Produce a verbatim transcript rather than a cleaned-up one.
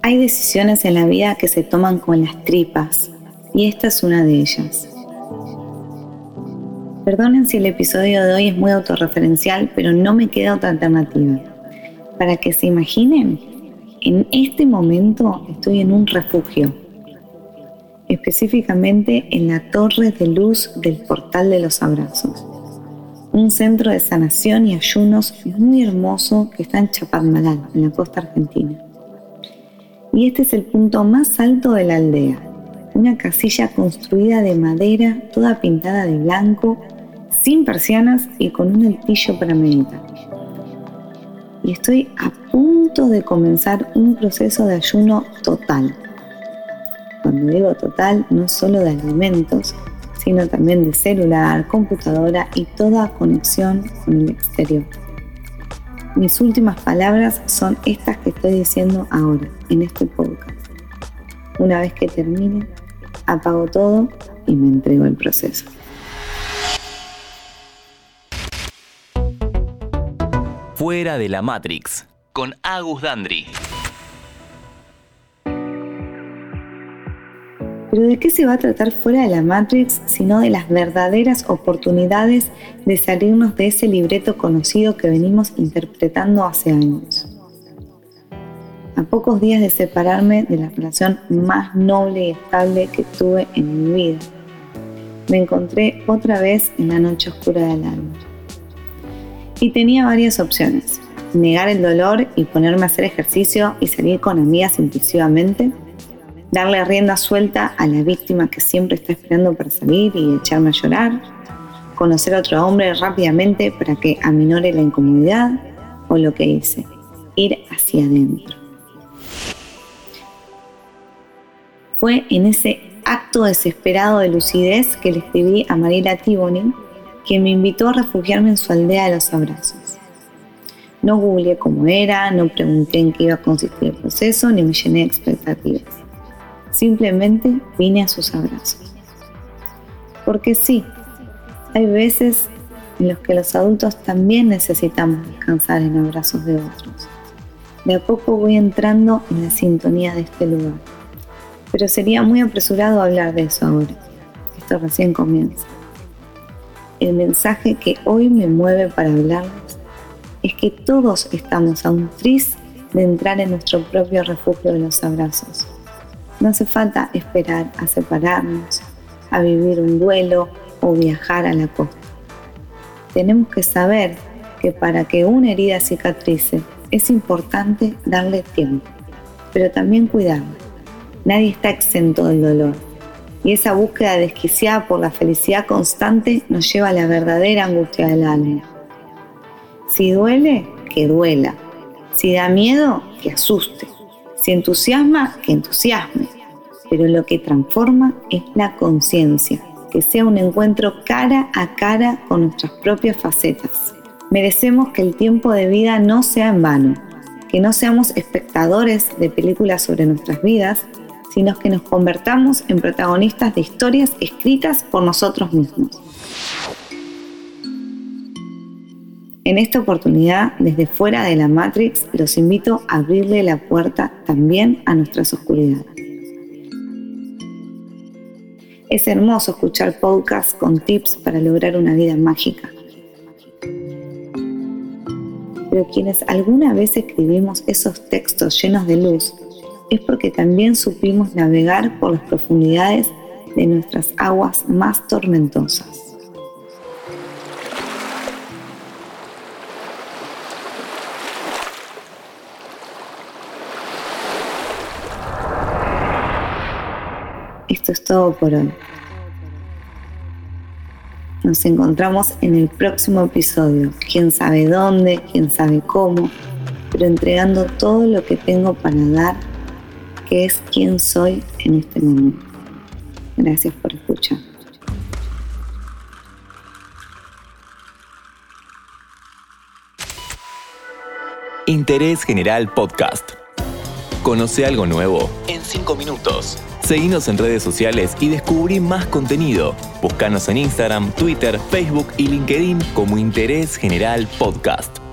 Hay decisiones en la vida que se toman con las tripas, y esta es una de ellas. Perdonen si el episodio de hoy es muy autorreferencial, pero no me queda otra alternativa. Para que se imaginen, en este momento estoy en un refugio, específicamente en la torre de luz del Portal de los Abrazos, un centro de sanación y ayunos muy hermoso que está en Chapadmalal, en la costa argentina. Y este es el punto más alto de la aldea, una casilla construida de madera, toda pintada de blanco, sin persianas y con un altillo para meditar. Y estoy a punto de comenzar un proceso de ayuno total. Cuando digo total, no solo de alimentos, sino también de celular, computadora y toda conexión con el exterior. Mis últimas palabras son estas que estoy diciendo ahora, en este podcast. Una vez que termine, apago todo y me entrego al proceso. Fuera de la Matrix, con Agus Dandri. Pero ¿de qué se va a tratar Fuera de la Matrix sino de las verdaderas oportunidades de salirnos de ese libreto conocido que venimos interpretando hace años? A pocos días de separarme de la relación más noble y estable que tuve en mi vida, me encontré otra vez en la noche oscura del alma. Y tenía varias opciones: negar el dolor y ponerme a hacer ejercicio y salir con amigas impulsivamente, darle rienda suelta a la víctima que siempre está esperando para salir y echarme a llorar, conocer a otro hombre rápidamente para que aminore la incomodidad, o lo que hice, ir hacia adentro. Fue en ese acto desesperado de lucidez que le escribí a Mariela Tiboni, quien me invitó a refugiarme en su aldea de los abrazos. No googleé cómo era, no pregunté en qué iba a consistir el proceso, ni me llené de expectativas. Simplemente vine a sus abrazos. Porque sí, hay veces en los que los adultos también necesitamos descansar en abrazos de otros. De a poco voy entrando en la sintonía de este lugar. Pero sería muy apresurado hablar de eso ahora. Esto recién comienza. El mensaje que hoy me mueve para hablarles es que todos estamos a un tris de entrar en nuestro propio refugio de los abrazos. No hace falta esperar a separarnos, a vivir un duelo o viajar a la costa. Tenemos que saber que para que una herida cicatrice es importante darle tiempo, pero también cuidarla. Nadie está exento del dolor. Y esa búsqueda desquiciada por la felicidad constante nos lleva a la verdadera angustia del alma. Si duele, que duela. Si da miedo, que asuste. Si entusiasma, que entusiasme. Pero lo que transforma es la conciencia, que sea un encuentro cara a cara con nuestras propias facetas. Merecemos que el tiempo de vida no sea en vano, que no seamos espectadores de películas sobre nuestras vidas, sino que nos convertamos en protagonistas de historias escritas por nosotros mismos. En esta oportunidad, desde Fuera de la Matrix, los invito a abrirle la puerta también a nuestras oscuridades. Es hermoso escuchar podcasts con tips para lograr una vida mágica. Pero quienes alguna vez escribimos esos textos llenos de luz, es porque también supimos navegar por las profundidades de nuestras aguas más tormentosas. Esto es todo por hoy. Nos encontramos en el próximo episodio. Quién sabe dónde, quién sabe cómo, pero entregando todo lo que tengo para dar, que es quien soy en este momento. Gracias por escuchar. Interés General Podcast. Conoce algo nuevo en cinco minutos. Seguinos en redes sociales y descubrí más contenido. Búscanos en Instagram, Twitter, Facebook y LinkedIn como Interés General Podcast.